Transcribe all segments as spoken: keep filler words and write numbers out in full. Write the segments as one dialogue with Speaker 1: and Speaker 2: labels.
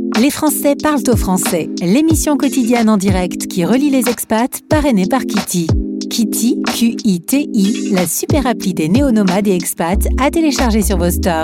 Speaker 1: Les Français parlent au français, l'émission quotidienne en direct qui relie les expats, parrainée par Kitty. Kitty, Q I T I, la super appli des néo-nomades et expats à télécharger sur vos stores.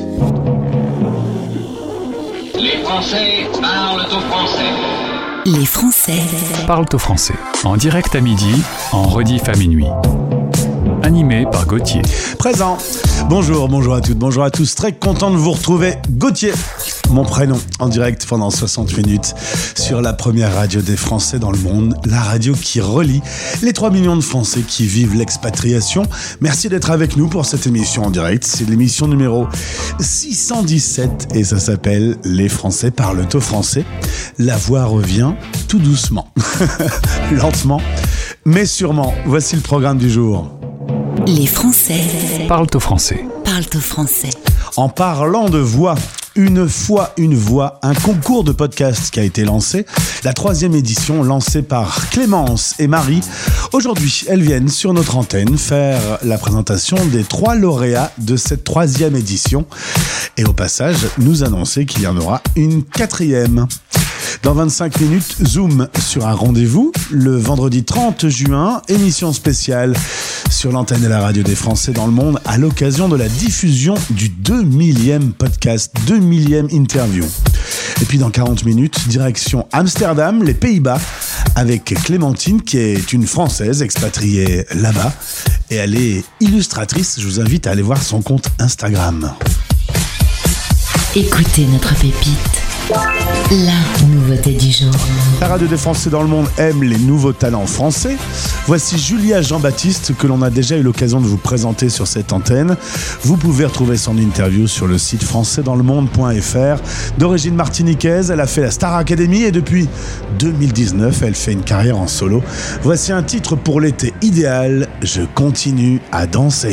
Speaker 2: Les Français parlent au français.
Speaker 1: Les Français
Speaker 3: parlent au français. En direct à midi, en rediff à minuit. Animé par Gauthier.
Speaker 4: Présent. Bonjour, bonjour à toutes, bonjour à tous. Très content de vous retrouver. Gauthier, mon prénom, en direct pendant soixante minutes sur la première radio des Français dans le monde, la radio qui relie les trois millions de Français qui vivent l'expatriation. Merci d'être avec nous pour cette émission en direct. C'est l'émission numéro six cent dix-sept et ça s'appelle Les Français parlent au français. La voix revient tout doucement, lentement, mais sûrement. Voici le programme du jour.
Speaker 1: Les Français
Speaker 3: parlent au français.
Speaker 1: Parlent au français.
Speaker 4: En parlant de voix, une fois une voix, un concours de podcast qui a été lancé, la troisième édition lancée par Clémence et Marie. Aujourd'hui, elles viennent sur notre antenne faire la présentation des trois lauréats de cette troisième édition et au passage, nous annoncer qu'il y en aura une quatrième. Dans vingt-cinq minutes, zoom sur un rendez-vous, le vendredi trente juin, émission spéciale sur l'antenne de la radio des Français dans le monde à l'occasion de la diffusion du deux millième podcast, deux millième interview. Et puis dans quarante minutes, direction Amsterdam, les Pays-Bas, avec Clémentine qui est une Française expatriée là-bas et elle est illustratrice. Je vous invite à aller voir son compte Instagram.
Speaker 1: Écoutez notre pépite. La nouveauté du jour.
Speaker 4: La radio des Français dans le monde aime les nouveaux talents français. Voici Julia Jean-Baptiste que l'on a déjà eu l'occasion de vous présenter sur cette antenne. Vous pouvez retrouver son interview sur le site français dans le monde point f r. D'origine martiniquaise, elle a fait la Star Academy et depuis deux mille dix-neuf, elle fait une carrière en solo. Voici un titre pour l'été idéal. Je continue à danser.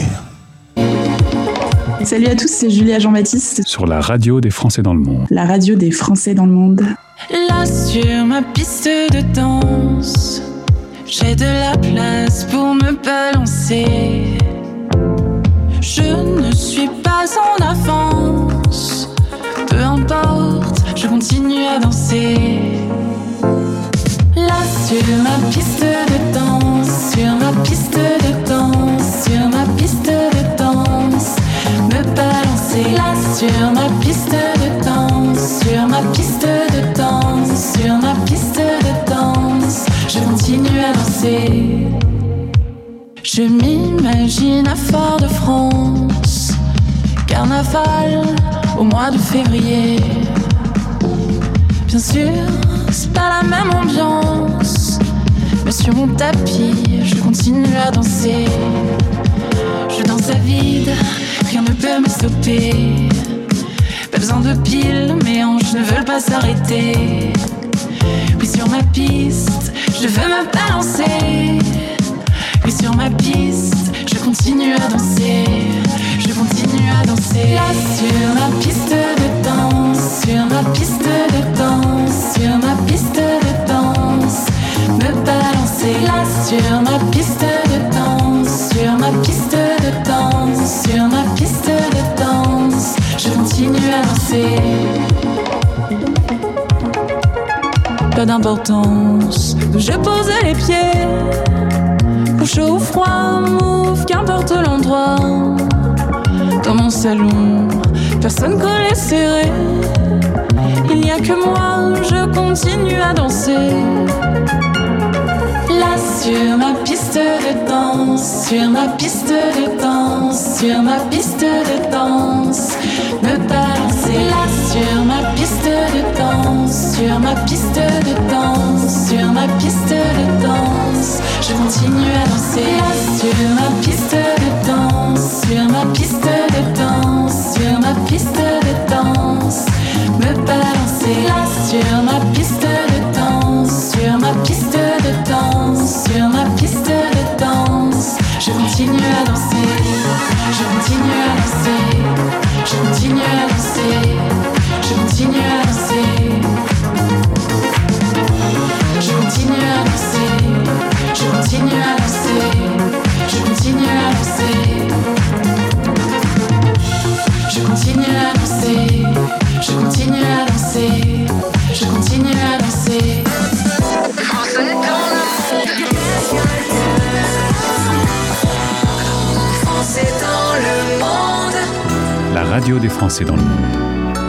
Speaker 5: Salut à tous, c'est Julia Jean-Baptiste.
Speaker 3: Sur la radio des Français dans le monde.
Speaker 5: La radio des Français dans le monde.
Speaker 6: Là sur ma piste de danse, j'ai de la place pour me balancer. Je ne suis pas en avance, peu importe, je continue à danser. Là sur ma piste de danse, sur ma piste de danse, sur ma piste de danse, me balancer. Là sur ma piste de danse, sur ma piste de danse, sur ma piste de danse, je continue à danser. Je m'imagine à Fort-de-France, carnaval au mois de février. Bien sûr, c'est pas la même ambiance, mais sur mon tapis, je continue à danser. Je danse à vide, rien ne peut me stopper. Pas besoin de piles, mes hanches ne veulent pas s'arrêter. Oui, sur ma piste, je veux me balancer. Oui, sur ma piste, je continue à danser. Je continue à danser. Là sur ma piste de danse, sur ma piste de danse, sur ma piste de danse, me balancer. Là sur ma piste de danse, sur ma piste de danse, sur ma piste de danse, je continue à danser. Pas d'importance où je posais les pieds, ou chaud ou froid, move, qu'importe l'endroit. Dans mon salon, personne collé serré. Il n'y a que moi, je continue à danser. Là sur ma piste de danse, sur ma piste de danse, sur ma piste de danse, me balancer. Là sur ma piste de danse, sur ma piste de danse, sur ma piste de danse, je continue à danser. Là sur ma piste de danse, sur ma piste de danse, sur ma piste de danse, me balancer. Là sur ma piste de danse, sur ma piste de danse, sur ma piste de danse, je continue à danser. Je continue à danser. Je continue à danser. Je continue à danser. Je continue à danser. Je continue à danser. Je continue à danser. Je continue à danser. Je continue à danser.
Speaker 3: radio des Français dans le monde.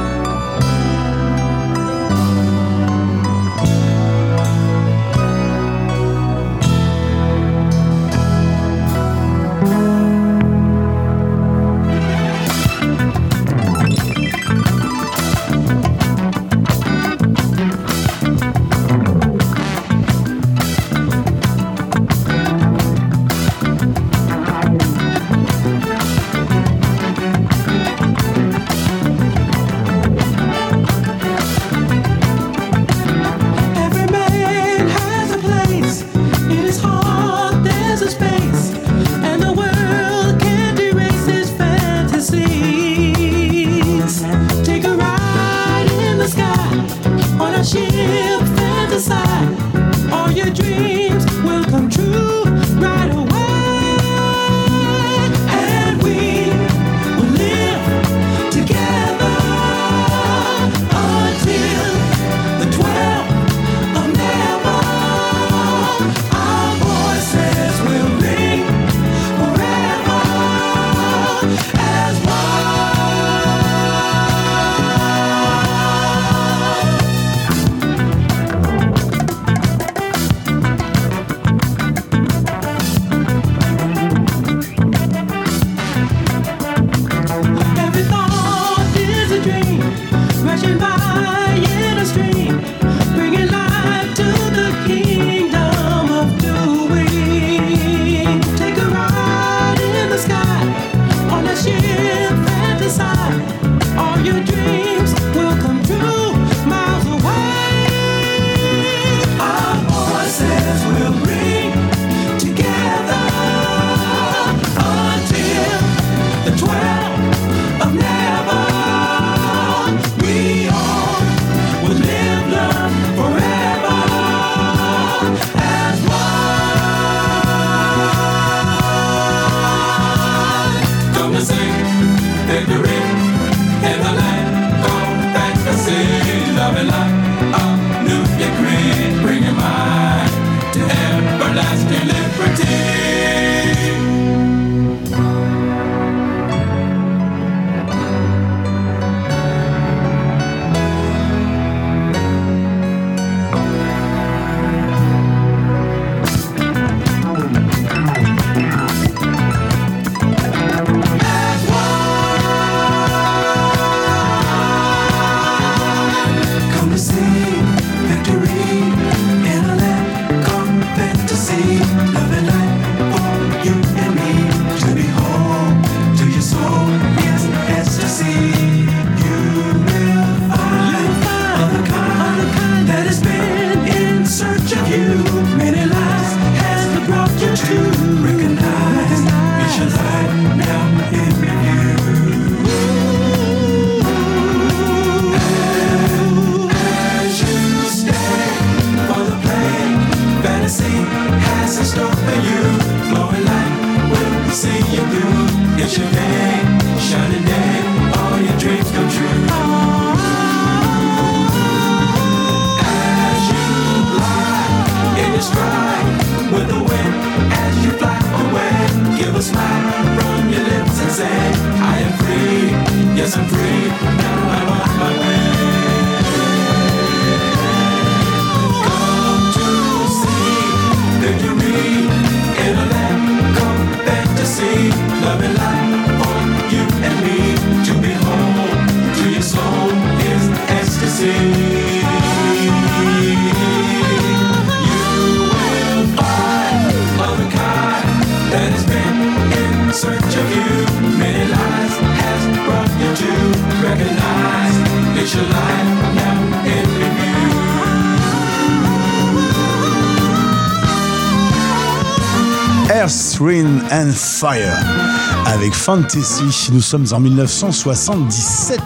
Speaker 4: Earth, Wind and Fire avec Fantasy. Nous sommes en dix-neuf cent soixante-dix-sept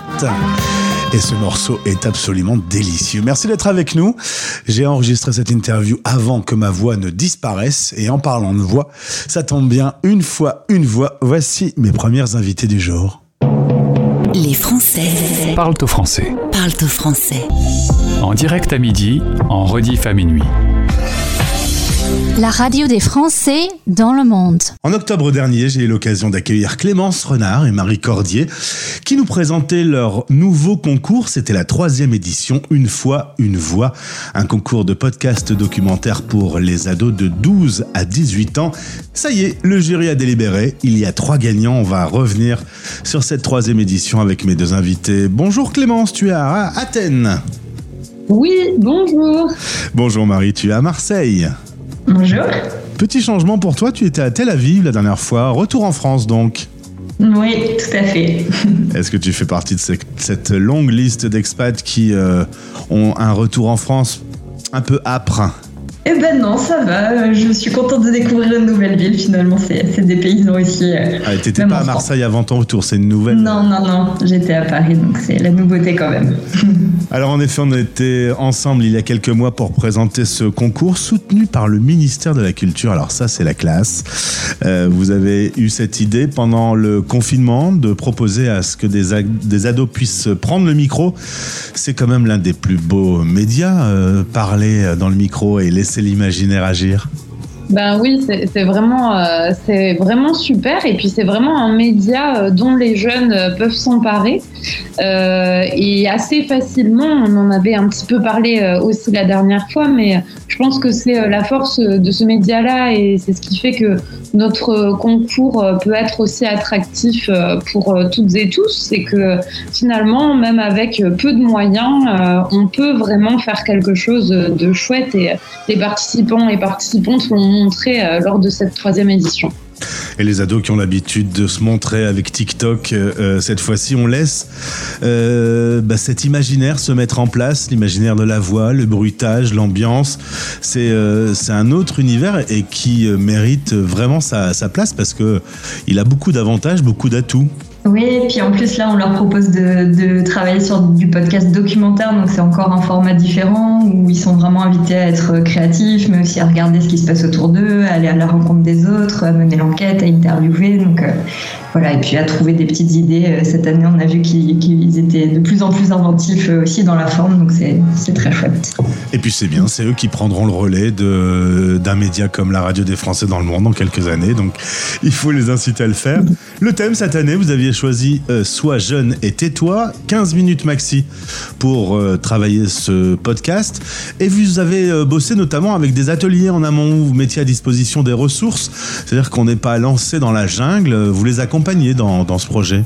Speaker 4: et ce morceau est absolument délicieux. Merci d'être avec nous. J'ai enregistré cette interview avant que ma voix ne disparaisse et en parlant de voix, ça tombe bien, une fois, une voix. Voici mes premières invités du jour.
Speaker 1: Les Français
Speaker 3: Parle au français.
Speaker 1: Parle au français.
Speaker 3: En direct à midi, en rediff à minuit.
Speaker 1: La radio des Français dans le monde.
Speaker 4: En octobre dernier, j'ai eu l'occasion d'accueillir Clémence Renard et Marie Cordier qui nous présentaient leur nouveau concours. C'était la troisième édition, Une fois, une voix, un concours de podcast documentaire pour les ados de douze à dix-huit ans. Ça y est, le jury a délibéré. Il y a trois gagnants. On va revenir sur cette troisième édition avec mes deux invités. Bonjour Clémence, tu es à Athènes.
Speaker 7: Oui, bonjour.
Speaker 4: Bonjour Marie, tu es à Marseille.
Speaker 7: Bonjour.
Speaker 4: Petit changement pour toi, tu étais à Tel Aviv la dernière fois, retour en France donc.
Speaker 7: Oui, tout à fait.
Speaker 4: Est-ce que tu fais partie de cette longue liste d'expats qui euh, ont un retour en France un peu âpre ?
Speaker 7: Eh ben non, ça va. Je suis contente de découvrir une nouvelle ville. Finalement, c'est, c'est des paysans aussi. Euh,
Speaker 4: ah, t'étais pas à Marseille avant ton retour, c'est une nouvelle.
Speaker 7: Non, non, non. J'étais à Paris, donc c'est la nouveauté quand même.
Speaker 4: Alors en effet, on était ensemble il y a quelques mois pour présenter ce concours soutenu par le ministère de la Culture. Alors ça, c'est la classe. Euh, vous avez eu cette idée pendant le confinement de proposer à ce que des, a- des ados puissent prendre le micro. C'est quand même l'un des plus beaux médias, euh, parler dans le micro et laisser l'imaginaire agir.
Speaker 7: Ben oui, c'est, c'est vraiment, euh, c'est vraiment super. Et puis c'est vraiment un média euh, dont les jeunes euh, peuvent s'emparer euh, et assez facilement. On en avait un petit peu parlé euh, aussi la dernière fois, mais je pense que c'est euh, la force de ce média-là et c'est ce qui fait que notre concours euh, peut être aussi attractif euh, pour euh, toutes et tous. C'est que finalement, même avec peu de moyens, euh, on peut vraiment faire quelque chose de chouette et les participants et participantes l'ont montré euh, lors de cette troisième édition.
Speaker 4: Et les ados qui ont l'habitude de se montrer avec TikTok, euh, cette fois-ci, on laisse euh, bah, cet imaginaire se mettre en place, l'imaginaire de la voix, le bruitage, l'ambiance. C'est, euh, c'est un autre univers et qui euh, mérite vraiment sa, sa place parce qu'il a beaucoup d'avantages, beaucoup d'atouts.
Speaker 7: Oui, et puis en plus là on leur propose de, de travailler sur du podcast documentaire, donc c'est encore un format différent où ils sont vraiment invités à être créatifs, mais aussi à regarder ce qui se passe autour d'eux, à aller à la rencontre des autres, à mener l'enquête, à interviewer, donc euh, voilà, et puis à trouver des petites idées. Cette année on a vu qu'ils, qu'ils étaient de plus en plus inventifs aussi dans la forme, donc c'est, c'est très chouette.
Speaker 4: Et puis c'est bien, c'est eux qui prendront le relais de, d'un média comme la radio des Français dans le monde dans quelques années, donc il faut les inciter à le faire. Le thème cette année, vous aviez choisi euh, Sois jeune et tais-toi, quinze minutes maxi pour euh, travailler ce podcast. Et vous avez euh, bossé notamment avec des ateliers en amont où vous mettiez à disposition des ressources. C'est-à-dire qu'on n'est pas lancé dans la jungle, vous les accompagnez dans, dans ce projet.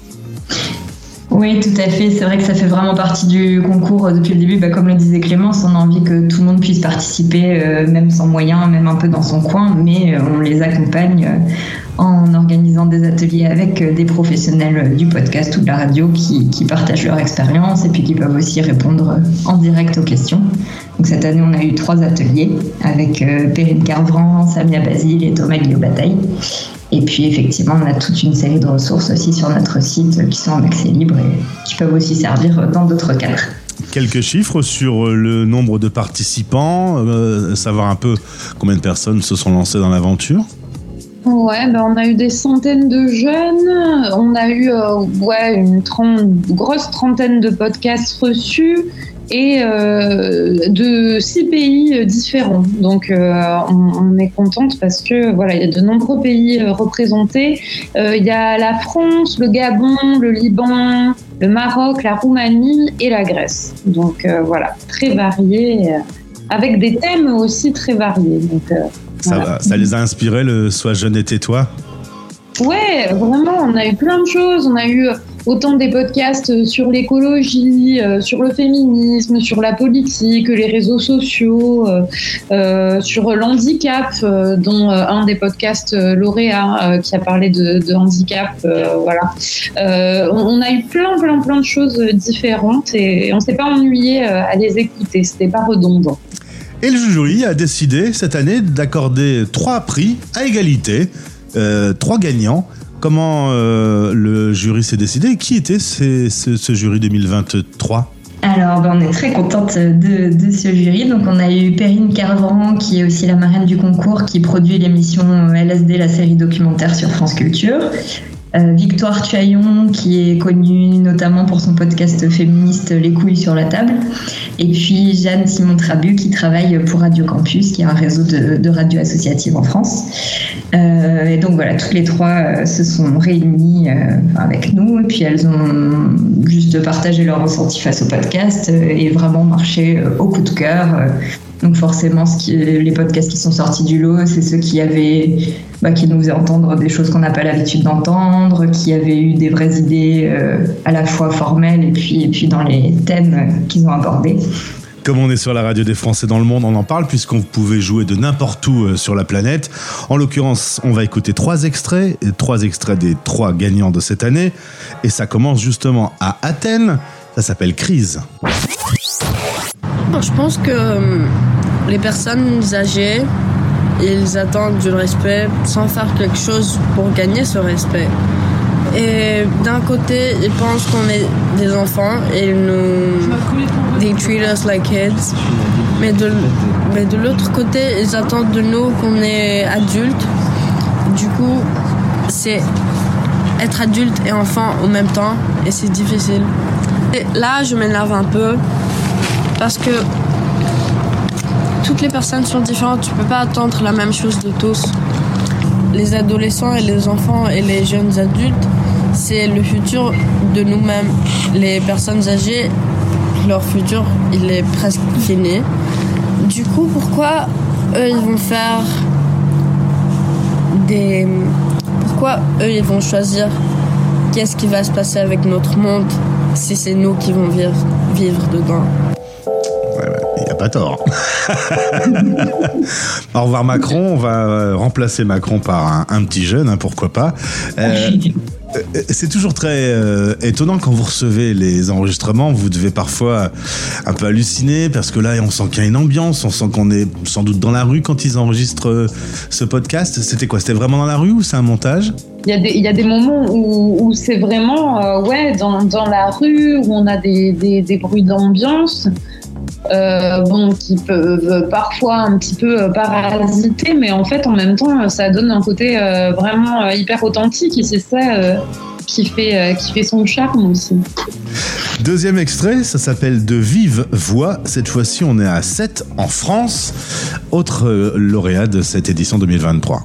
Speaker 7: Oui, tout à fait. C'est vrai que ça fait vraiment partie du concours depuis le début. Bah, comme le disait Clémence, on a envie que tout le monde puisse participer, euh, même sans moyens, même un peu dans son coin, mais euh, on les accompagne euh, en organisant des ateliers avec euh, des professionnels du podcast ou de la radio qui, qui partagent leur expérience et puis qui peuvent aussi répondre en direct aux questions. Donc cette année, on a eu trois ateliers avec euh, Perrine Carvran, Samia Basile et Thomas Guillaume-Bataille. Et puis effectivement, on a toute une série de ressources aussi sur notre site qui sont en accès libre et qui peuvent aussi servir dans d'autres cadres.
Speaker 4: Quelques chiffres sur le nombre de participants, euh, savoir un peu combien de personnes se sont lancées dans l'aventure.
Speaker 7: Ouais, ben on a eu des centaines de jeunes, on a eu euh, ouais, une trente, grosse trentaine de podcasts reçus et euh, de six pays différents. Donc euh, on, on est contente parce que voilà, il y a de nombreux pays euh, représentés. Euh, il y a la France, le Gabon, le Liban, le Maroc, la Roumanie et la Grèce. Donc euh, voilà, très varié, euh, avec des thèmes aussi très variés. Donc euh,
Speaker 4: Ça, voilà. Ça les a inspirés, le Sois jeune et tais-toi ?
Speaker 7: Ouais, vraiment, on a eu plein de choses. On a eu autant des podcasts sur l'écologie, euh, sur le féminisme, sur la politique, les réseaux sociaux, euh, euh, sur l'handicap, euh, dont euh, un des podcasts euh, lauréats euh, qui a parlé de, de handicap. Euh, voilà. Euh, on, on a eu plein, plein, plein de choses différentes et on ne s'est pas ennuyé euh, à les écouter. C'était pas redondant.
Speaker 4: Et le jury a décidé cette année d'accorder trois prix à égalité, euh, trois gagnants. Comment euh, le jury s'est décidé ? Qui était ces, ce, ce jury deux mille vingt-trois ?
Speaker 7: Alors, ben, on est très contente de, de ce jury. Donc, on a eu Perrine Carvran, qui est aussi la marraine du concours, qui produit l'émission L S D, la série documentaire sur France Culture. Euh, Victoire Tuaillon, qui est connue notamment pour son podcast féministe Les couilles sur la table. Et puis Jeanne Simon-Trabu, qui travaille pour Radio Campus, qui est un réseau de, de radios associatives en France. Euh, et donc voilà, toutes les trois euh, se sont réunies euh, avec nous. Et puis elles ont juste partagé leur ressenti face au podcast euh, et vraiment marché euh, au coup de cœur. Euh, Donc forcément, ce qui, les podcasts qui sont sortis du lot, c'est ceux qui avaient, bah, qui nous faisaient entendre des choses qu'on n'a pas l'habitude d'entendre, qui avaient eu des vraies idées euh, à la fois formelles et puis, et puis dans les thèmes qu'ils ont abordés.
Speaker 4: Comme on est sur la radio des Français dans le monde, on en parle puisqu'on pouvait jouer de n'importe où sur la planète. En l'occurrence, on va écouter trois extraits, trois extraits des trois gagnants de cette année. Et ça commence justement à Athènes. Ça s'appelle Crise.
Speaker 8: Je pense que les personnes âgées, ils attendent du respect sans faire quelque chose pour gagner ce respect. Et d'un côté, ils pensent qu'on est des enfants et ils nous they treat us like kids. Mais de, mais de l'autre côté, ils attendent de nous qu'on est adultes. Du coup, c'est être adulte et enfant en même temps et c'est difficile. Et là, je m'énerve un peu. Parce que toutes les personnes sont différentes, tu peux pas attendre la même chose de tous. Les adolescents et les enfants et les jeunes adultes, c'est le futur de nous-mêmes. Les personnes âgées, leur futur, il est presque fini. Du coup, pourquoi eux, ils vont faire des... Pourquoi eux, ils vont choisir qu'est-ce qui va se passer avec notre monde si c'est nous qui vont vivre, vivre dedans?
Speaker 4: Il n'y a pas tort. Au revoir Macron, on va remplacer Macron par un, un petit jeune, hein, pourquoi pas. Euh, c'est toujours très euh, étonnant quand vous recevez les enregistrements, vous devez parfois un peu halluciner parce que là on sent qu'il y a une ambiance, on sent qu'on est sans doute dans la rue quand ils enregistrent ce podcast. C'était quoi? C'était vraiment dans la rue ou c'est un montage?
Speaker 9: Il y a des, il y a des moments où, où c'est vraiment euh, ouais, dans, dans la rue, où on a des, des, des bruits d'ambiance. Euh, bon, qui peuvent parfois un petit peu parasiter, mais en fait, en même temps, ça donne un côté euh, vraiment euh, hyper authentique et c'est ça euh, qui, fait, euh, qui fait son charme aussi.
Speaker 4: Deuxième extrait, ça s'appelle De vive voix. Cette fois-ci, on est à Sète, en France. Autre euh, lauréat de cette édition deux mille vingt-trois.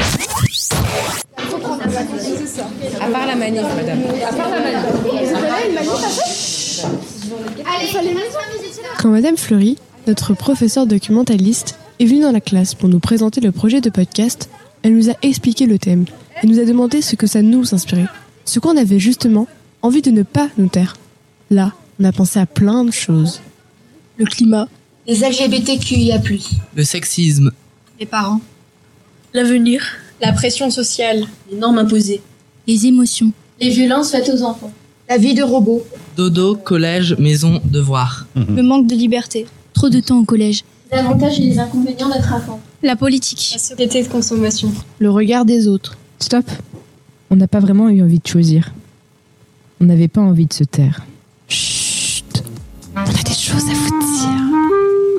Speaker 10: À part la manif, madame. À part la manif. Vous avez une manif à faire ?
Speaker 11: Quand Madame Fleury, notre professeure documentaliste, est venue dans la classe pour nous présenter le projet de podcast, elle nous a expliqué le thème et nous a demandé ce que ça nous inspirait, ce qu'on avait justement envie de ne pas nous taire. Là, on a pensé à plein de choses.
Speaker 12: Le climat,
Speaker 13: les L G B T Q I A plus,
Speaker 14: le sexisme,
Speaker 13: les parents,
Speaker 12: l'avenir,
Speaker 13: la pression sociale,
Speaker 12: les normes imposées,
Speaker 13: les émotions,
Speaker 15: les violences faites aux enfants,
Speaker 13: la vie de robot,
Speaker 14: dodo, collège, maison, devoir,
Speaker 12: le manque de liberté,
Speaker 15: trop de temps au collège,
Speaker 16: les avantages et les inconvénients d'être enfant,
Speaker 15: la politique,
Speaker 16: la société de consommation,
Speaker 11: le regard des autres.
Speaker 17: Stop. On n'a pas vraiment eu envie de choisir. On n'avait pas envie de se taire.
Speaker 11: Chut. On a des choses à vous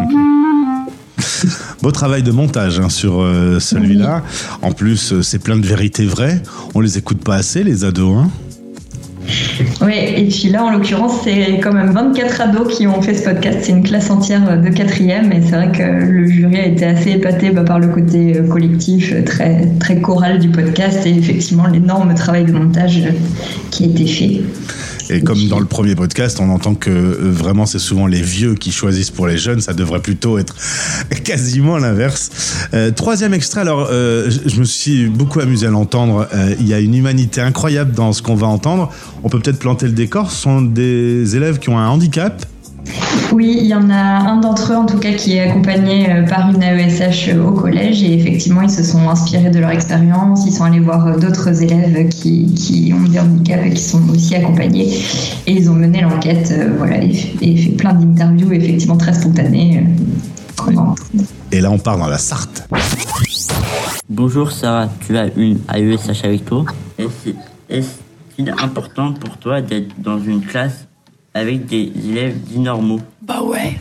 Speaker 11: dire.
Speaker 4: Beau travail de montage hein, sur euh, celui-là. En plus, euh, c'est plein de vérités vraies. On les écoute pas assez, les ados. Hein.
Speaker 7: Oui, et puis là, en l'occurrence, c'est quand même vingt-quatre ados qui ont fait ce podcast. C'est une classe entière de quatrième, et c'est vrai que le jury a été assez épaté bah, par le côté collectif, très, très choral du podcast, et effectivement l'énorme travail de montage qui a été fait.
Speaker 4: Et comme dans le premier podcast, on entend que euh, vraiment c'est souvent les vieux qui choisissent pour les jeunes, ça devrait plutôt être quasiment l'inverse. Euh, troisième extrait, alors euh, je, je me suis beaucoup amusé à l'entendre, euh, il y a une humanité incroyable dans ce qu'on va entendre. On peut peut-être planter le décor, ce sont des élèves qui ont un handicap.
Speaker 7: Oui, il y en a un d'entre eux en tout cas qui est accompagné par une A E S H au collège et effectivement ils se sont inspirés de leur expérience, ils sont allés voir d'autres élèves qui, qui ont des handicaps et qui sont aussi accompagnés et ils ont mené l'enquête euh, voilà, et, et fait plein d'interviews effectivement très spontanées. Euh,
Speaker 4: et là on part dans la Sarthe.
Speaker 18: Bonjour Sarah, tu as une A E S H avec toi. Est-ce, est-il important pour toi d'être dans une classe avec des élèves dits normaux?
Speaker 19: Bah ouais.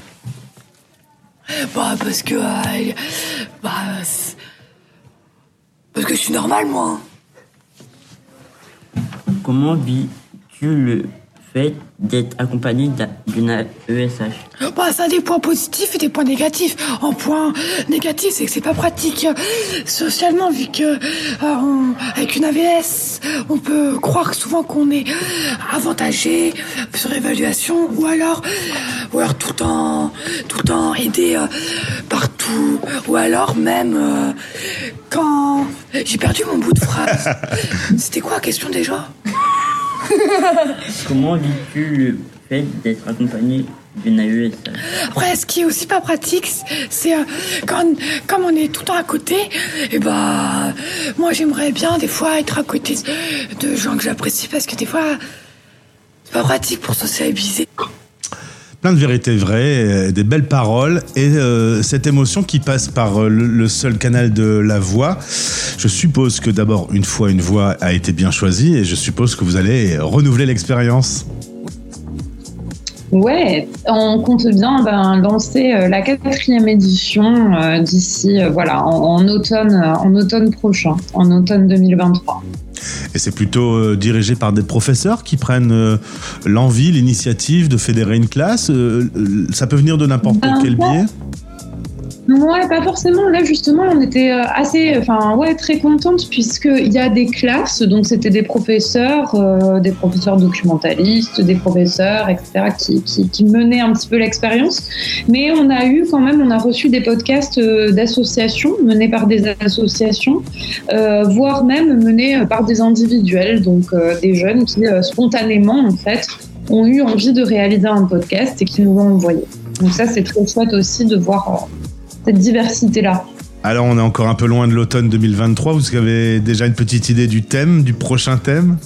Speaker 19: Bah parce que... Euh, bah... Parce que je suis normal, moi.
Speaker 18: comment vis-tu le fait d'être accompagné d'une A E S H?
Speaker 19: Bah, ça a des points positifs et des points négatifs. En point négatif, c'est que c'est pas pratique socialement, vu que euh, on, avec une A V S, on peut croire souvent qu'on est avantagé sur évaluation, ou alors, ou alors tout le temps, tout le temps aidé euh, partout, ou alors même euh, quand j'ai perdu mon bout de phrase. C'était quoi la question déjà?
Speaker 18: Comment vis-tu le fait d'être accompagné d'une A E S H?
Speaker 19: Après, ce qui est aussi pas pratique, c'est euh, quand, comme on est tout le temps à côté, et bah, moi j'aimerais bien des fois être à côté de gens que j'apprécie, parce que des fois, c'est pas pratique pour sociabiliser.
Speaker 4: Plein de vérités vraies, des belles paroles et euh, cette émotion qui passe par euh, le, le seul canal de la voix. Je suppose que d'abord, une fois, une voix a été bien choisie et je suppose que vous allez renouveler l'expérience.
Speaker 9: Ouais, on compte bien ben, lancer euh, la quatrième édition euh, d'ici, euh, voilà, en, en automne, euh, en automne prochain, en automne deux mille vingt-trois.
Speaker 4: Et c'est plutôt euh, dirigé par des professeurs qui prennent euh, l'envie, l'initiative de fédérer une classe. Euh, ça peut venir de n'importe ben, quel biais.
Speaker 9: Ouais, pas forcément. Là, justement, on était assez, enfin, ouais, très contente puisqu'il y a des classes, donc c'était des professeurs, euh, des professeurs documentalistes, des professeurs, et cetera, qui, qui, qui menaient un petit peu l'expérience. Mais on a eu quand même, on a reçu des podcasts d'associations, menés par des associations, euh, voire même menés par des individuels, donc euh, des jeunes qui, euh, spontanément, en fait, ont eu envie de réaliser un podcast et qui nous l'ont envoyé. Donc ça, c'est très chouette aussi de voir euh, cette diversité-là.
Speaker 4: Alors, on est encore un peu loin de l'automne deux mille vingt-trois. Vous avez déjà une petite idée du thème, du prochain thème?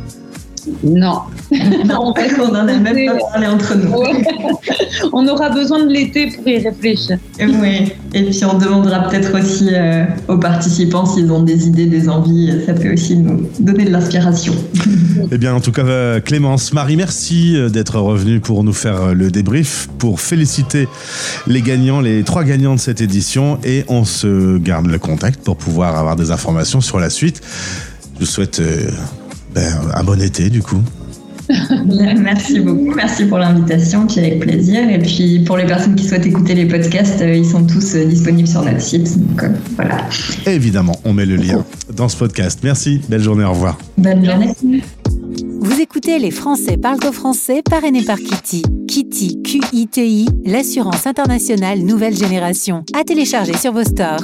Speaker 9: Non.
Speaker 7: Non, parce qu'on en a même pas parlé entre nous.
Speaker 9: Ouais. On aura besoin de l'été pour y réfléchir.
Speaker 7: Oui, et puis on demandera peut-être aussi euh, aux participants s'ils ont des idées, des envies. Ça peut aussi nous donner de l'inspiration.
Speaker 4: Eh bien, en tout cas, Clémence, Marie, merci d'être revenue pour nous faire le débrief, pour féliciter les gagnants, les trois gagnants de cette édition. Et on se garde le contact pour pouvoir avoir des informations sur la suite. Je vous souhaite euh, ben, un bon été, du coup.
Speaker 7: Merci beaucoup, merci pour l'invitation, puis avec plaisir. Et puis pour les personnes qui souhaitent écouter les podcasts, ils sont tous disponibles sur notre site. Donc euh, voilà.
Speaker 4: Évidemment, on met le lien dans ce podcast. Merci, belle journée, au revoir.
Speaker 7: Bonne journée.
Speaker 1: Vous écoutez Les Français parlent au français, parrainé par Kitty. Kitty, Q I T I, l'assurance internationale nouvelle génération. À télécharger sur vos stores.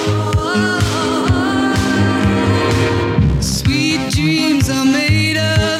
Speaker 6: Sweet dreams are made of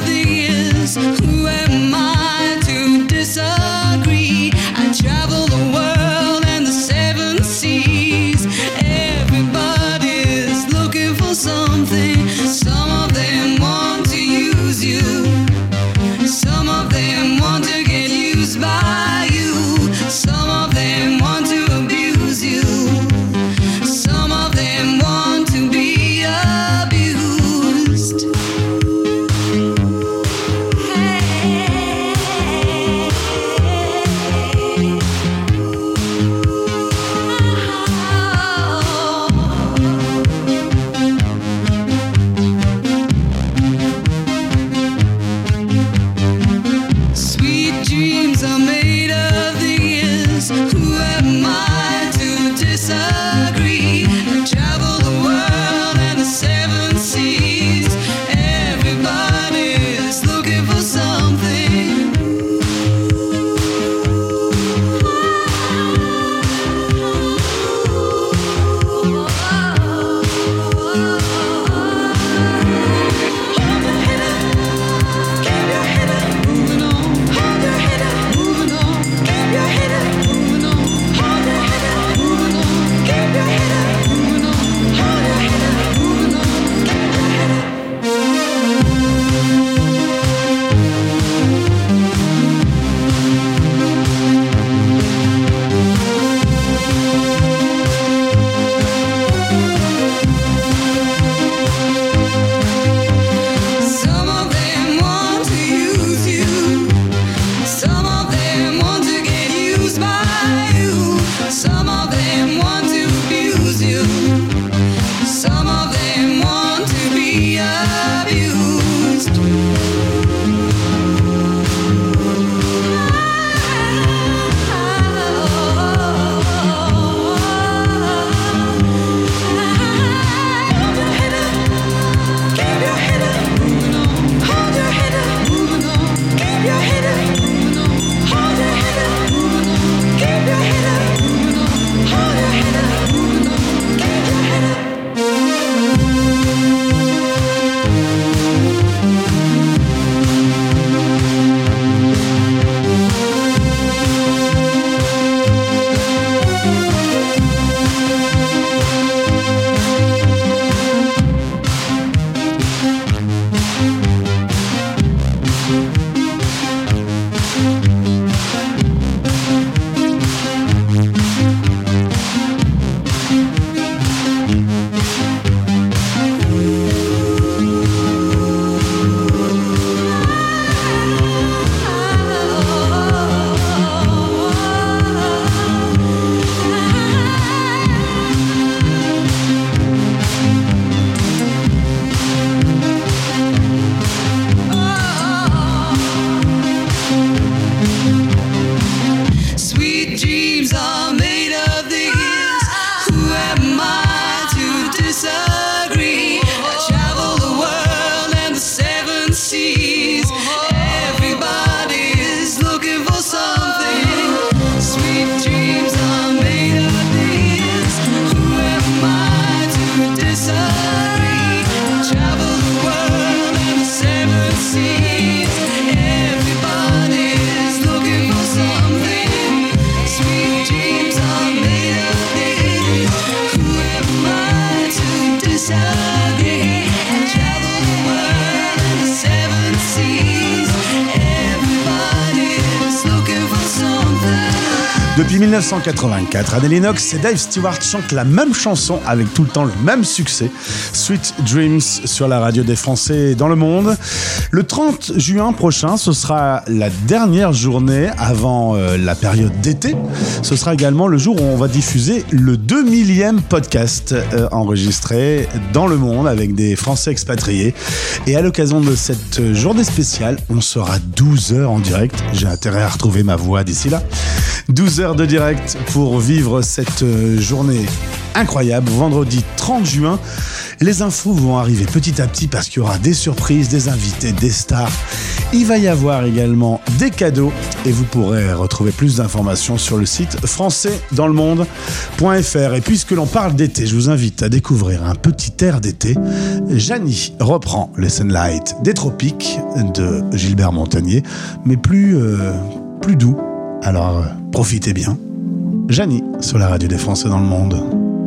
Speaker 4: Depuis dix-neuf cent quatre-vingt-quatre, Annie Lennox et Dave Stewart chantent la même chanson avec tout le temps le même succès, Sweet Dreams, sur la radio des Français dans le monde. Le trente juin prochain, ce sera la dernière journée avant euh, la période d'été. Ce sera également le jour où on va diffuser le deux millième podcast euh, enregistré dans le monde avec des Français expatriés. Et à l'occasion de cette journée spéciale, on sera douze heures en direct. J'ai intérêt à retrouver ma voix d'ici là. douze heures de direct pour vivre cette journée incroyable. Vendredi trente juin, les infos vont arriver petit à petit parce qu'il y aura des surprises, des invités, des stars. Il va y avoir également des cadeaux et vous pourrez retrouver plus d'informations sur le site français dans le monde point f r. Et puisque l'on parle d'été, je vous invite à découvrir un petit air d'été. Janie reprend les Sunlight des tropiques de Gilbert Montagnier, mais plus, euh, plus doux. Alors, euh, profitez bien. Janie, sur la radio des Français dans le monde.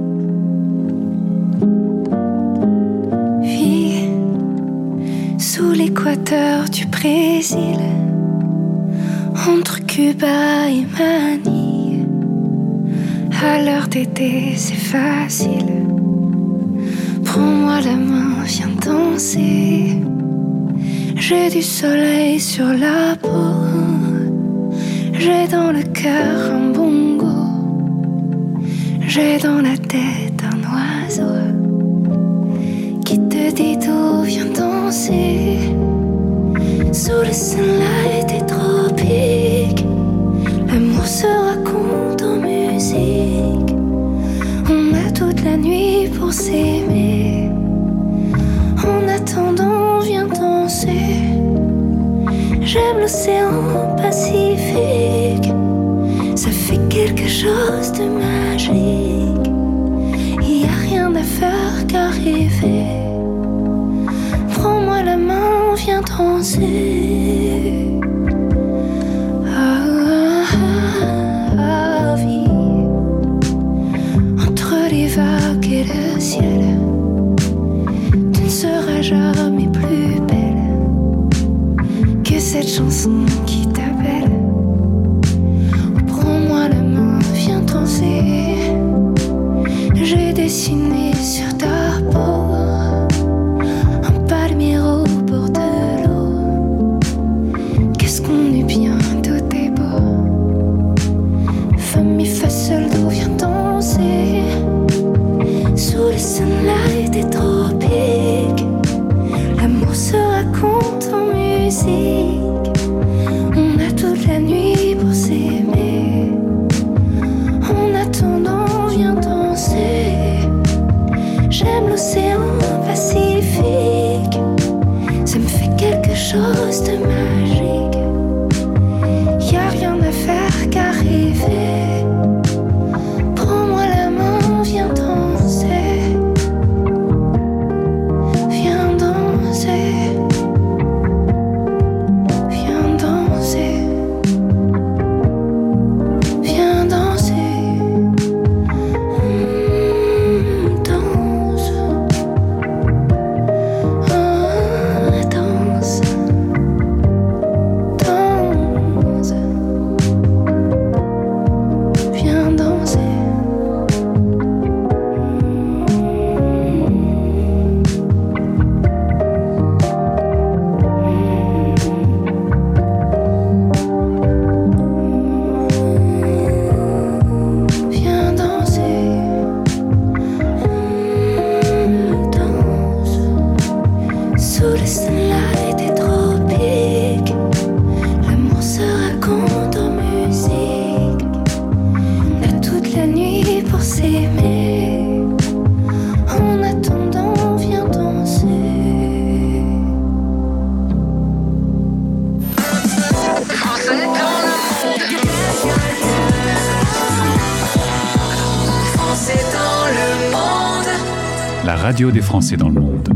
Speaker 20: Vie sous l'équateur du Brésil, entre Cuba et Manille. À l'heure d'été, c'est facile. Prends-moi la main, viens danser. J'ai du soleil sur la peau. J'ai dans le cœur un bongo. J'ai dans la tête un oiseau qui te dit tout, viens danser. Sous le sunlight des tropiques, l'amour se raconte en musique. On a toute la nuit pour s'aimer. En attendant, viens danser. J'aime l'océan Pacifique, ça fait quelque chose de magique. Y a rien à faire qu'arriver. Prends-moi la main, viens danser. Ah, ah, ah, vie. Entre les vagues et le ciel, tu ne seras jamais plus belle que cette chanson qui t'appelle. Prends-moi la main, viens danser. J'ai dessiné sur ta peau un palmier au bord de l'eau. Qu'est-ce qu'on est bien, tout est beau. Femme, mi, fa, sol, do, viens danser. Sous le sunlight des tropiques, l'amour se raconte en musique. On a toute la nuit pour s'aimer. En attendant, viens danser. J'aime l'océan Pacifique, ça me fait quelque chose de magique. Y'a rien à faire qu'arriver. Prends-moi la main, viens danser. Viens danser. Viens danser. Viens danser. Mmh, danse. Ah, danse. Danse. Viens danser. Viens danser. Mmh, danse. Sous le sunlight des tropiques, l'amour se raconte en musique. On a toute la nuit pour s'aimer. En attendant, viens danser.
Speaker 6: Français dans le monde. Français dans le monde.
Speaker 3: La radio des Français dans le monde.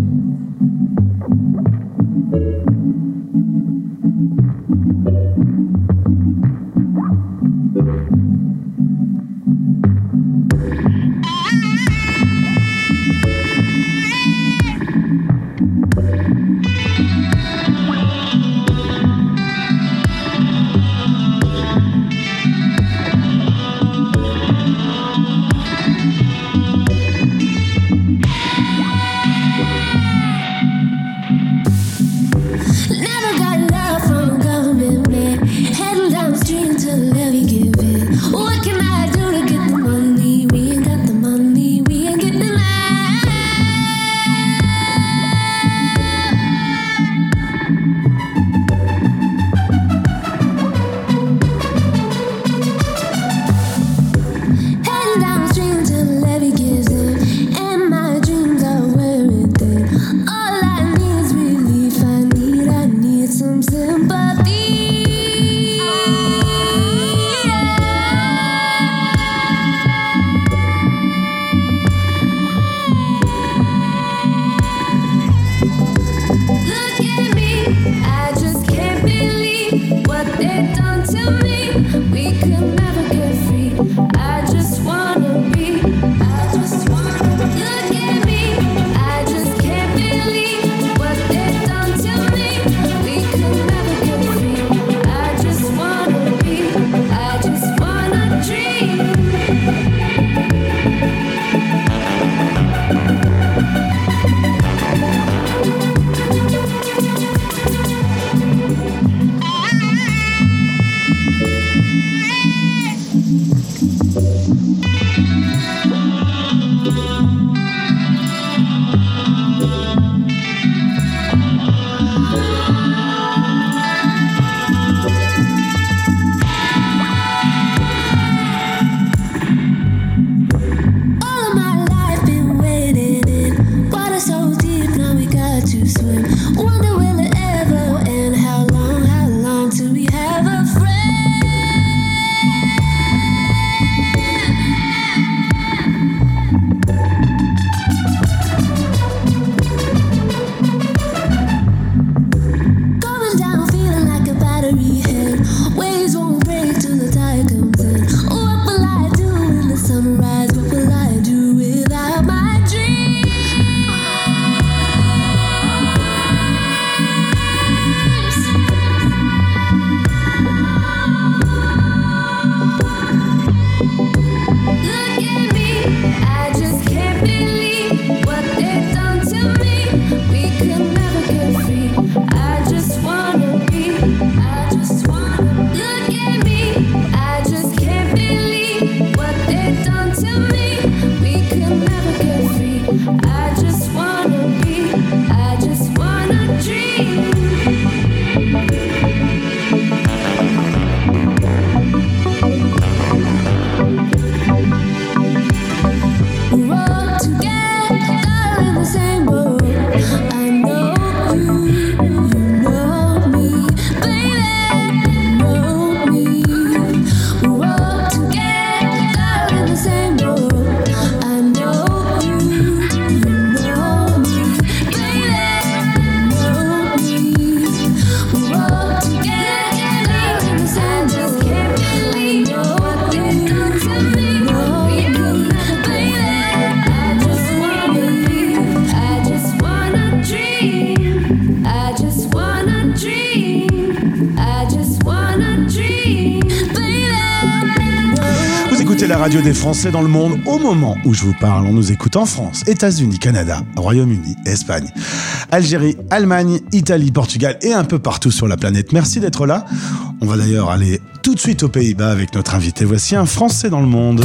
Speaker 4: La radio des Français dans le monde. Au moment où je vous parle, on nous écoute en France, États-Unis, Canada, Royaume-Uni, Espagne, Algérie, Allemagne, Italie, Portugal et un peu partout sur la planète. Merci d'être là. On va d'ailleurs aller tout de suite aux Pays-Bas avec notre invité. Voici un Français dans le monde.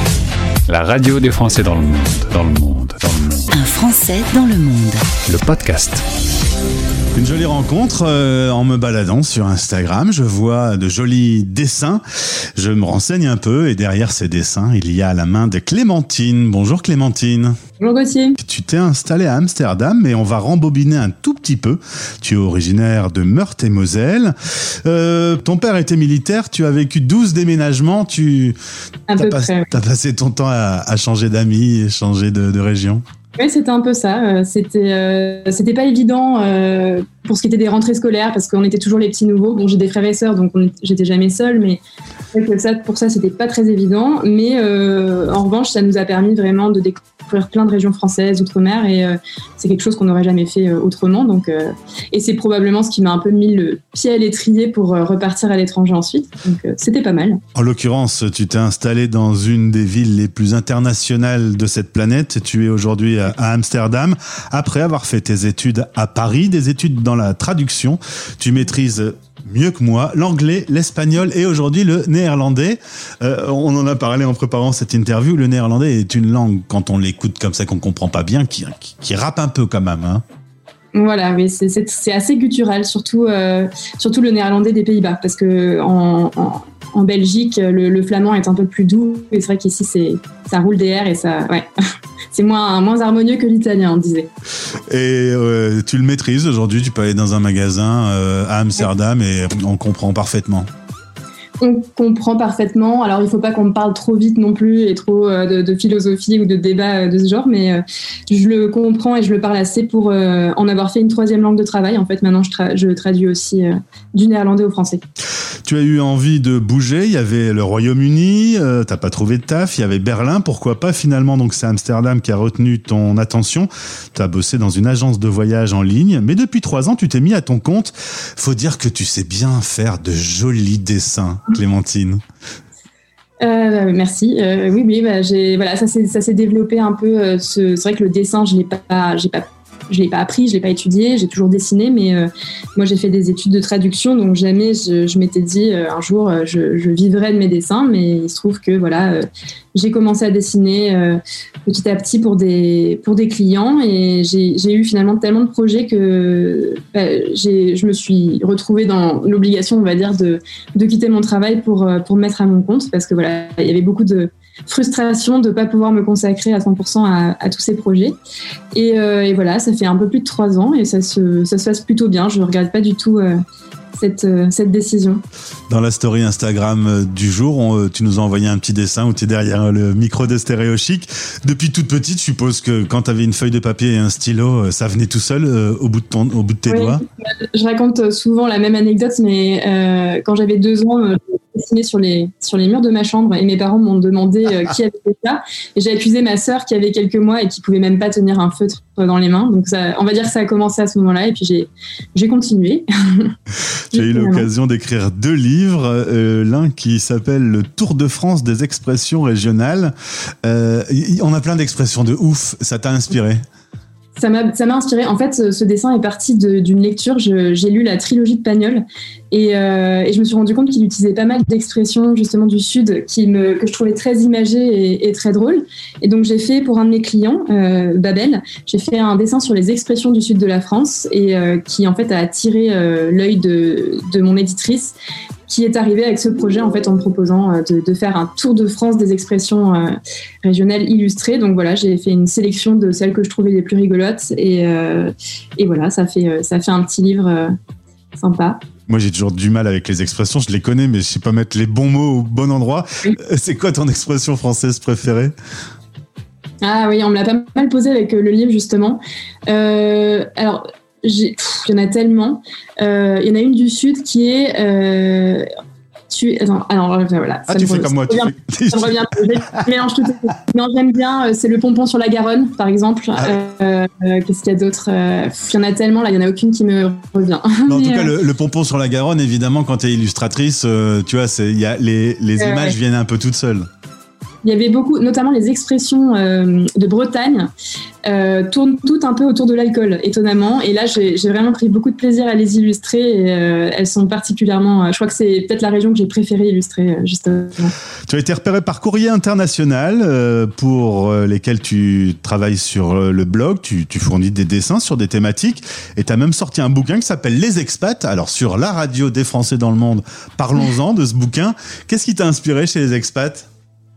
Speaker 3: La radio des Français dans le monde, dans le monde, dans le monde.
Speaker 1: Un Français dans le monde.
Speaker 3: Le podcast.
Speaker 4: Une jolie rencontre euh, en me baladant sur Instagram. Je vois de jolis dessins. Je me renseigne un peu et derrière ces dessins, il y a la main de Clémentine. Bonjour Clémentine.
Speaker 21: Bonjour Gauthier.
Speaker 4: Tu t'es installée à Amsterdam, mais on va rembobiner un tout petit peu. Tu es originaire de Meurthe-et-Moselle. Euh, ton père était militaire, tu as vécu douze déménagements. Tu
Speaker 21: un
Speaker 4: t'as,
Speaker 21: peu
Speaker 4: pas,
Speaker 21: près, oui.
Speaker 4: t'as passé ton temps à, à changer d'amis, changer de, de région.
Speaker 21: Oui, c'était un peu ça. C'était, euh, c'était pas évident euh, pour ce qui était des rentrées scolaires parce qu'on était toujours les petits nouveaux. Bon, j'ai des frères et sœurs, donc on, j'étais jamais seule, mais ça, pour ça, c'était pas très évident. Mais euh, en revanche, ça nous a permis vraiment de découvrir plein de régions françaises, outre-mer, et euh, c'est quelque chose qu'on n'aurait jamais fait euh, autrement. Donc, euh, et c'est probablement ce qui m'a un peu mis le pied à l'étrier pour euh, repartir à l'étranger ensuite. Donc, euh, c'était pas mal.
Speaker 4: En l'occurrence, tu t'es installé dans une des villes les plus internationales de cette planète. Tu es aujourd'hui à à Amsterdam, après avoir fait tes études à Paris, des études dans la traduction. Tu maîtrises mieux que moi l'anglais, l'espagnol et aujourd'hui le néerlandais. Euh, on en a parlé en préparant cette interview. Le néerlandais est une langue, quand on l'écoute comme ça, qu'on comprend pas bien, qui, qui, qui rappe un peu quand même, hein.
Speaker 21: Voilà, oui, c'est, c'est, c'est assez guttural, surtout, euh, surtout le néerlandais des Pays-Bas, parce que en, en, en Belgique, le, le flamand est un peu plus doux, et c'est vrai qu'ici, c'est, ça roule des airs et ça, ouais, c'est moins, moins harmonieux que l'italien, on disait.
Speaker 4: Et euh, tu le maîtrises aujourd'hui, tu peux aller dans un magasin euh, à Amsterdam et on comprend parfaitement.
Speaker 21: On comprend parfaitement. Alors, il ne faut pas qu'on me parle trop vite non plus et trop euh, de, de philosophie ou de débat de ce genre, mais euh, je le comprends et je le parle assez pour euh, en avoir fait une troisième langue de travail. En fait, maintenant, je, tra- je traduis aussi euh, du néerlandais au français.
Speaker 4: Tu as eu envie de bouger. Il y avait le Royaume-Uni, euh, t'as pas trouvé de taf. Il y avait Berlin, pourquoi pas finalement. Donc, c'est Amsterdam qui a retenu ton attention. Tu as bossé dans une agence de voyage en ligne, mais depuis trois ans, tu t'es mis à ton compte. Faut dire que tu sais bien faire de jolis dessins, Clémentine.
Speaker 21: Euh, merci. Euh, oui, oui, bah, j'ai, voilà, ça s'est, ça s'est développé un peu. Euh, ce, c'est vrai que le dessin, je l'ai pas, j'ai pas, je l'ai pas appris, je l'ai pas étudié. J'ai toujours dessiné, mais euh, moi, j'ai fait des études de traduction, donc jamais je, je m'étais dit euh, un jour euh, je, je vivrais de mes dessins. Mais il se trouve que voilà, euh, j'ai commencé à dessiner euh, petit à petit pour des pour des clients, et j'ai, j'ai eu finalement tellement de projets que bah, j'ai, je me suis retrouvée dans l'obligation, on va dire, de de quitter mon travail pour pour me mettre à mon compte, parce que voilà, il y avait beaucoup de frustration de ne pas pouvoir me consacrer à cent pour cent à, à tous ces projets. Et, euh, et voilà, ça fait un peu plus de trois ans et ça se, ça se passe plutôt bien. Je ne regrette pas du tout euh, cette, euh, cette décision.
Speaker 4: Dans la story Instagram du jour, on, tu nous as envoyé un petit dessin où tu es derrière le micro de Stéréo Chic. Depuis toute petite, je suppose que quand tu avais une feuille de papier et un stylo, ça venait tout seul euh, au, bout de ton, au bout de tes
Speaker 21: oui,
Speaker 4: doigts.
Speaker 21: Je raconte souvent la même anecdote, mais euh, quand j'avais deux ans, euh, dessiné sur les, sur les murs de ma chambre, et mes parents m'ont demandé euh, qui avait fait ça, et j'ai accusé ma sœur qui avait quelques mois et qui pouvait même pas tenir un feutre dans les mains. Donc ça, on va dire que ça a commencé à ce moment-là, et puis j'ai, j'ai continué.
Speaker 4: Tu as eu l'occasion d'écrire deux livres, euh, l'un qui s'appelle Le Tour de France des expressions régionales. Euh, on a plein d'expressions de ouf, ça t'a inspiré?
Speaker 21: Ça m'a, ça m'a inspiré. En fait, ce, ce dessin est parti de, d'une lecture. Je, j'ai lu la trilogie de Pagnol, et, euh, et je me suis rendu compte qu'il utilisait pas mal d'expressions justement du Sud qui me, que je trouvais très imagées et, et très drôles. Et donc j'ai fait pour un de mes clients, euh, Babel, j'ai fait un dessin sur les expressions du Sud de la France, et euh, qui en fait a attiré euh, l'œil de, de mon éditrice, qui est arrivée avec ce projet en fait en me proposant de, de faire un tour de France des expressions euh, régionales illustrées. Donc voilà, j'ai fait une sélection de celles que je trouvais les plus rigolotes, et, euh, et voilà, ça fait, ça fait un petit livre euh, sympa.
Speaker 4: Moi, j'ai toujours du mal avec les expressions, je les connais, mais je sais pas mettre les bons mots au bon endroit. Oui. C'est quoi ton expression française préférée?
Speaker 21: Ah oui, on me l'a pas mal posé avec le livre justement. Euh, alors... J'ai, pff, il y en a tellement. Euh, il y en a une du Sud qui est... Euh, tu, attends, alors voilà.
Speaker 4: Ah, tu fais comme moi.
Speaker 21: Revient,
Speaker 4: tu
Speaker 21: ça me revient. Je mélange tout. Non, j'aime bien. C'est le pompon sur la Garonne, par exemple. Ah. Euh, euh, qu'est-ce qu'il y a d'autre? Il y en a tellement. Là, il n'y en a aucune qui me revient.
Speaker 4: Mais en tout cas, euh... le, le pompon sur la Garonne, évidemment, quand tu es illustratrice, euh, tu vois, c'est, y a, les, les euh, images ouais. viennent un peu toutes seules.
Speaker 21: Il y avait beaucoup, notamment les expressions euh, de Bretagne, euh, tournent toutes un peu autour de l'alcool, étonnamment. Et là, j'ai, j'ai vraiment pris beaucoup de plaisir à les illustrer. Et, euh, elles sont particulièrement... Euh, je crois que c'est peut-être la région que j'ai préféré illustrer, euh, justement.
Speaker 4: Tu as été repéré par Courrier International, euh, pour euh, lesquels tu travailles sur euh, le blog. Tu, tu fournis des dessins sur des thématiques. Et tu as même sorti un bouquin qui s'appelle Les Expats. Alors, sur la radio des Français dans le monde, parlons-en de ce bouquin. Qu'est-ce qui t'a inspiré chez les expats ?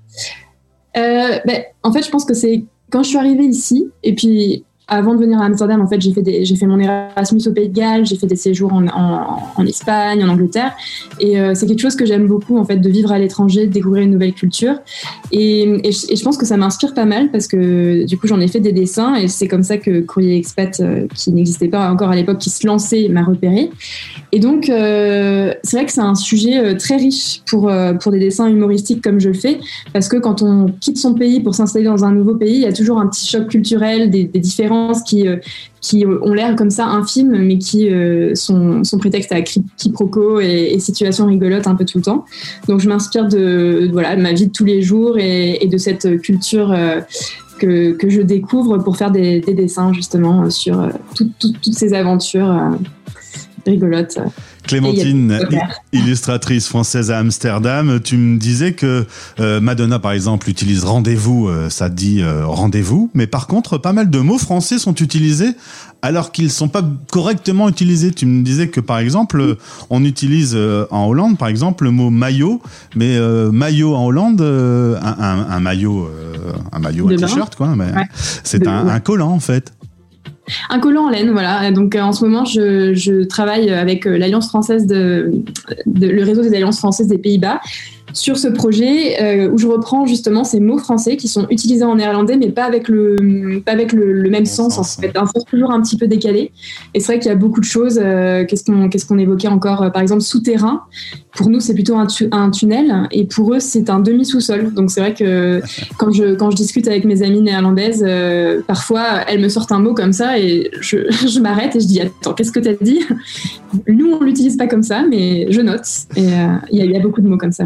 Speaker 21: Euh, ben, en fait, je pense que c'est quand je suis arrivée ici, et puis avant de venir à Amsterdam, en fait, j'ai fait, des, j'ai fait mon Erasmus au Pays de Galles, j'ai fait des séjours en, en, en Espagne, en Angleterre, et euh, c'est quelque chose que j'aime beaucoup, en fait, de vivre à l'étranger, de découvrir une nouvelle culture, et, et, je, et je pense que ça m'inspire pas mal, parce que du coup, j'en ai fait des dessins, et c'est comme ça que Courrier Expat, euh, qui n'existait pas encore à l'époque, qui se lançait, m'a repéré. Et donc, euh, c'est vrai que c'est un sujet euh, très riche pour, euh, pour des dessins humoristiques comme je le fais, parce que quand on quitte son pays pour s'installer dans un nouveau pays, il y a toujours un petit choc culturel, des, des différences qui, euh, qui ont l'air comme ça infimes, mais qui euh, sont, sont prétexte à quiproquos et, et situations rigolotes un peu tout le temps. Donc, je m'inspire de, de, voilà, de ma vie de tous les jours et, et de cette culture euh, que, que je découvre pour faire des, des dessins, justement, sur euh, tout, tout, toutes ces aventures euh, rigolotes.
Speaker 4: Clémentine, illustratrice française à Amsterdam, tu me disais que euh, Madonna, par exemple, utilise rendez-vous, euh, ça dit euh, rendez-vous, mais par contre, pas mal de mots français sont utilisés alors qu'ils ne sont pas correctement utilisés. Tu me disais que, par exemple, euh, on utilise euh, en Hollande, par exemple, le mot maillot, mais euh, maillot en Hollande, euh, un, un, un maillot, euh, un maillot, un t-shirt, quoi, mais ouais. c'est un, un collant, en fait.
Speaker 21: Un collant en laine, voilà. Donc euh, en ce moment, je, je travaille avec euh, l'Alliance française de, de le réseau des alliances françaises des Pays-Bas sur ce projet euh, où je reprends justement ces mots français qui sont utilisés en néerlandais, mais pas avec le pas avec le, le même bon sens, sens en fait, un sens toujours un petit peu décalé. Et c'est vrai qu'il y a beaucoup de choses. Euh, qu'est-ce qu'on qu'est-ce qu'on évoquait encore, euh, par exemple souterrain. Pour nous, c'est plutôt un, tu, un tunnel, et pour eux, c'est un demi-sous-sol. Donc c'est vrai que quand je quand je discute avec mes amies néerlandaises, euh, parfois elles me sortent un mot comme ça et je, je m'arrête et je dis attends, qu'est-ce que tu as dit ? Nous, on l'utilise pas comme ça, mais je note. Et il euh, y, y a beaucoup de mots comme ça. Ouais.
Speaker 4: On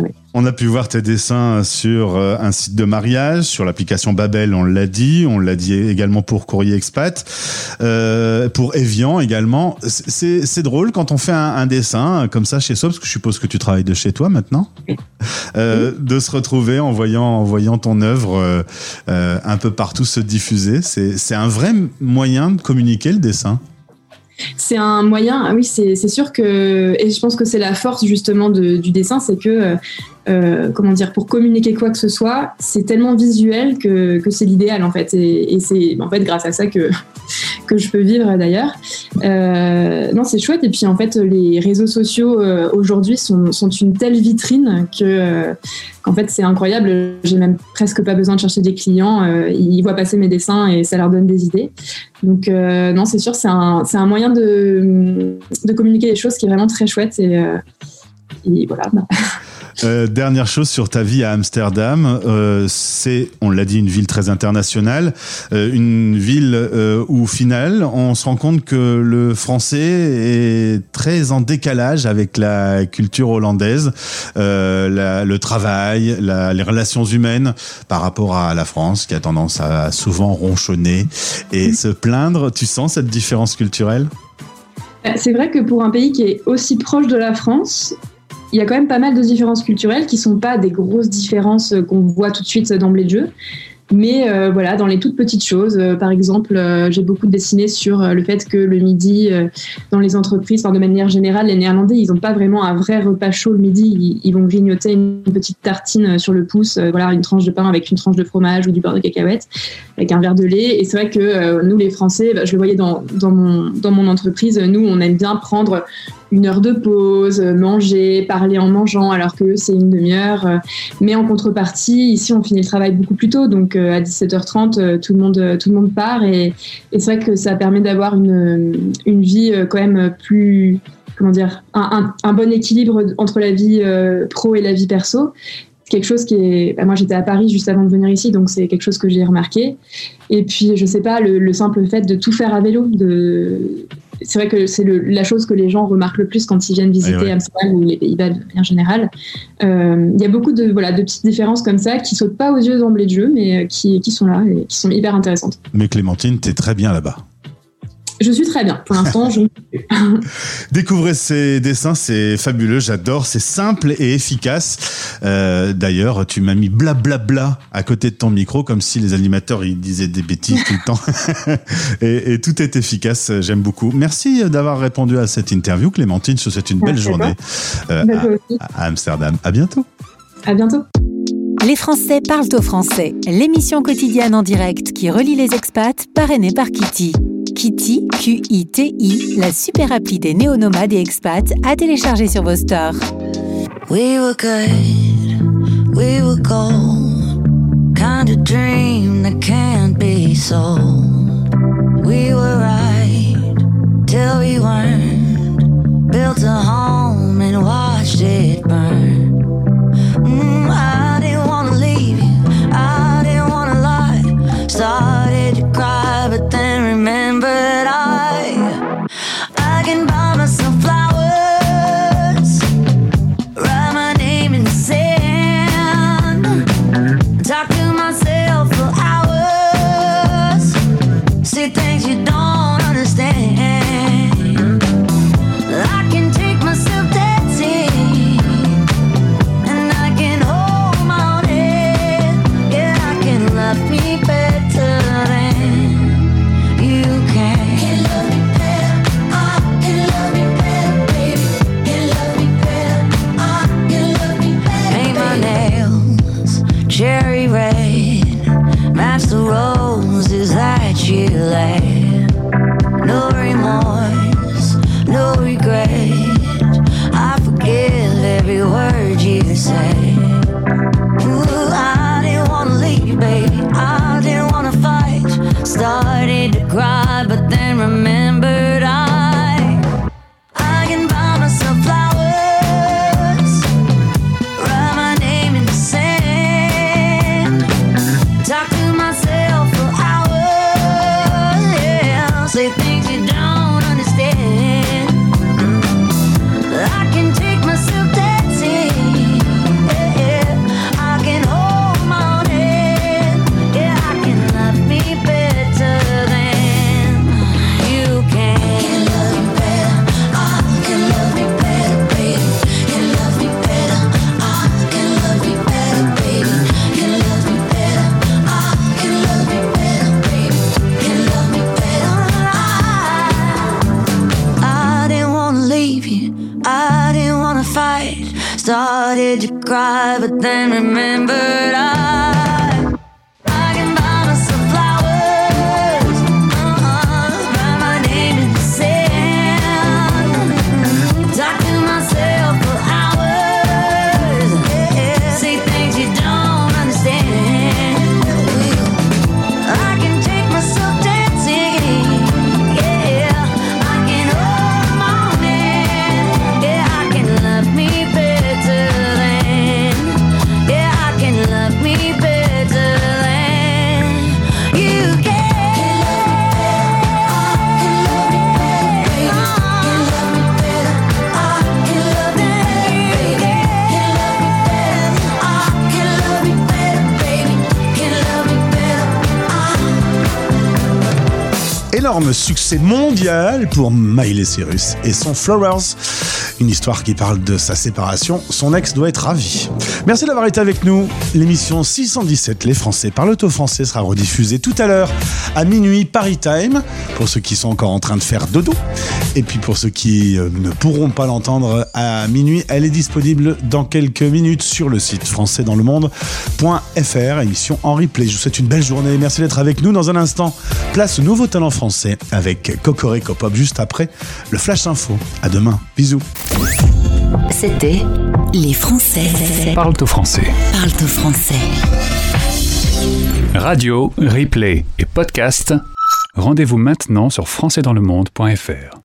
Speaker 4: On a pu voir tes dessins sur euh, un site de mariage, sur l'application Babel, on l'a dit, on l'a dit également pour Courrier Expat, euh, pour Evian également. C'est, c'est drôle quand on fait un, un dessin comme ça chez soi, parce que je suppose que tu travailles de chez toi maintenant, euh, oui. de se retrouver en voyant, en voyant ton œuvre euh, euh, un peu partout se diffuser. C'est, c'est un vrai moyen de communiquer le dessin.
Speaker 21: C'est un moyen, oui, c'est, c'est sûr que, et je pense que c'est la force justement de, du dessin, c'est que, euh, comment dire, pour communiquer quoi que ce soit, c'est tellement visuel que, que c'est l'idéal en fait, et, et c'est en fait grâce à ça que, que je peux vivre d'ailleurs. Euh, non, c'est chouette, et puis en fait, les réseaux sociaux euh, aujourd'hui sont, sont une telle vitrine que, euh, qu'en fait c'est incroyable, j'ai même presque pas besoin de chercher des clients, euh, ils voient passer mes dessins et ça leur donne des idées. Donc euh, non, c'est sûr, c'est un, c'est un moyen de, de communiquer les choses qui est vraiment très chouette, et, euh, et voilà.
Speaker 4: Euh, dernière chose sur ta vie à Amsterdam, euh, c'est, on l'a dit, une ville très internationale, euh, une ville euh, où, au final, on se rend compte que le français est très en décalage avec la culture hollandaise, euh, la, le travail, la, les relations humaines par rapport à la France, qui a tendance à souvent ronchonner et mmh. se plaindre. Tu sens cette différence culturelle ?
Speaker 21: C'est vrai que pour un pays qui est aussi proche de la France, il y a quand même pas mal de différences culturelles qui sont pas des grosses différences qu'on voit tout de suite d'emblée de jeu. Mais euh, voilà, dans les toutes petites choses, euh, par exemple, euh, j'ai beaucoup dessiné sur euh, le fait que le midi, euh, dans les entreprises, enfin, de manière générale, les Néerlandais, ils n'ont pas vraiment un vrai repas chaud le midi. Ils, ils vont grignoter une petite tartine sur le pouce, euh, voilà, une tranche de pain avec une tranche de fromage ou du beurre de cacahuète, avec un verre de lait. Et c'est vrai que euh, nous, les Français, bah, je le voyais dans, dans, mon, dans mon entreprise, nous, on aime bien prendre une heure de pause, manger, parler en mangeant, alors que c'est une demi-heure. Mais en contrepartie, ici, on finit le travail beaucoup plus tôt. Donc, à dix-sept heures trente, tout le monde, tout le monde part. Et, et c'est vrai que ça permet d'avoir une, une vie quand même plus... Comment dire, un, un, un bon équilibre entre la vie pro et la vie perso. C'est quelque chose qui est... Bah moi, j'étais à Paris juste avant de venir ici, donc c'est quelque chose que j'ai remarqué. Et puis, je sais pas, le, le simple fait de tout faire à vélo, de... C'est vrai que c'est le, la chose que les gens remarquent le plus quand ils viennent visiter ouais, ouais. Amsterdam ou les Pays-Bas de manière générale. Euh, il y a beaucoup de, voilà, de petites différences comme ça qui sautent pas aux yeux d'emblée de jeu, mais qui, qui sont là et qui sont hyper intéressantes.
Speaker 4: Mais Clémentine, t'es très bien là-bas.
Speaker 21: Je suis très bien. Pour l'instant, je...
Speaker 4: Découvrez ces dessins, c'est fabuleux, j'adore, c'est simple et efficace. Euh, d'ailleurs, tu m'as mis blablabla bla bla à côté de ton micro, comme si les animateurs ils disaient des bêtises tout le temps. et, et tout est efficace, j'aime beaucoup. Merci d'avoir répondu à cette interview, Clémentine. Je te souhaite une belle Merci journée euh, à, à Amsterdam. À bientôt.
Speaker 21: À bientôt.
Speaker 1: Les Français parlent au français, l'émission quotidienne en direct qui relie les expats, parrainée par Kitty. Kitty, Q I T I, la super appli des néo-nomades et expats à télécharger sur vos stores.
Speaker 2: We were good, we were gold, kind of dream that can't be sold. We were right, till we weren't, built a home and watched it burn. Mm, I didn't want to leave you, I didn't want to lie, started to cry but then remembered I I can buy myself flowers, write my name in the sand, talk to myself for hours, say things you don't understand. I can take myself dancing, and I can hold my own head, yeah, I can love me better than you can. Can love me better, I can love me better, baby. Can love me better, I can love me better. Paint my nails cherry red, match the roses that you laid. No remorse, no regret, I forgive every word you say. Ooh, I didn't wanna leave, baby, I didn't wanna fight, started to cry but then remembered I I can buy myself flowers, write my name in the sand, talk to myself for hours, yeah, say things you don't understand. I can take myself dancing, yeah, Started to cry, but then remembered I, I can buy myself flowers, uh-uh, write my name in the sand, talk to myself for hours, yeah, say things you don't understand. I can take myself dancing, yeah, I can hold the morning, yeah, I can love me better than, yeah, I can love me better than you can.
Speaker 4: Énorme succès mondial pour Miley Cyrus et son Flowers. Une histoire qui parle de sa séparation. Son ex doit être ravi. Merci d'avoir été avec nous. L'émission six cent dix-sept, Les Français parlent au français, sera rediffusée tout à l'heure à minuit Paris Time, pour ceux qui sont encore en train de faire dodo. Et puis pour ceux qui euh, ne pourront pas l'entendre à minuit, elle est disponible dans quelques minutes sur le site français dans le monde point f r, émission en replay. Je vous souhaite une belle journée. Merci d'être avec nous. Dans un instant, place au nouveau talent français avec Cocorico Pop juste après le Flash Info. À demain. Bisous.
Speaker 1: C'était Les Français.
Speaker 3: Parle au français.
Speaker 1: Parle au français.
Speaker 3: Radio, replay et podcast. Rendez-vous maintenant sur français dans le monde point f r.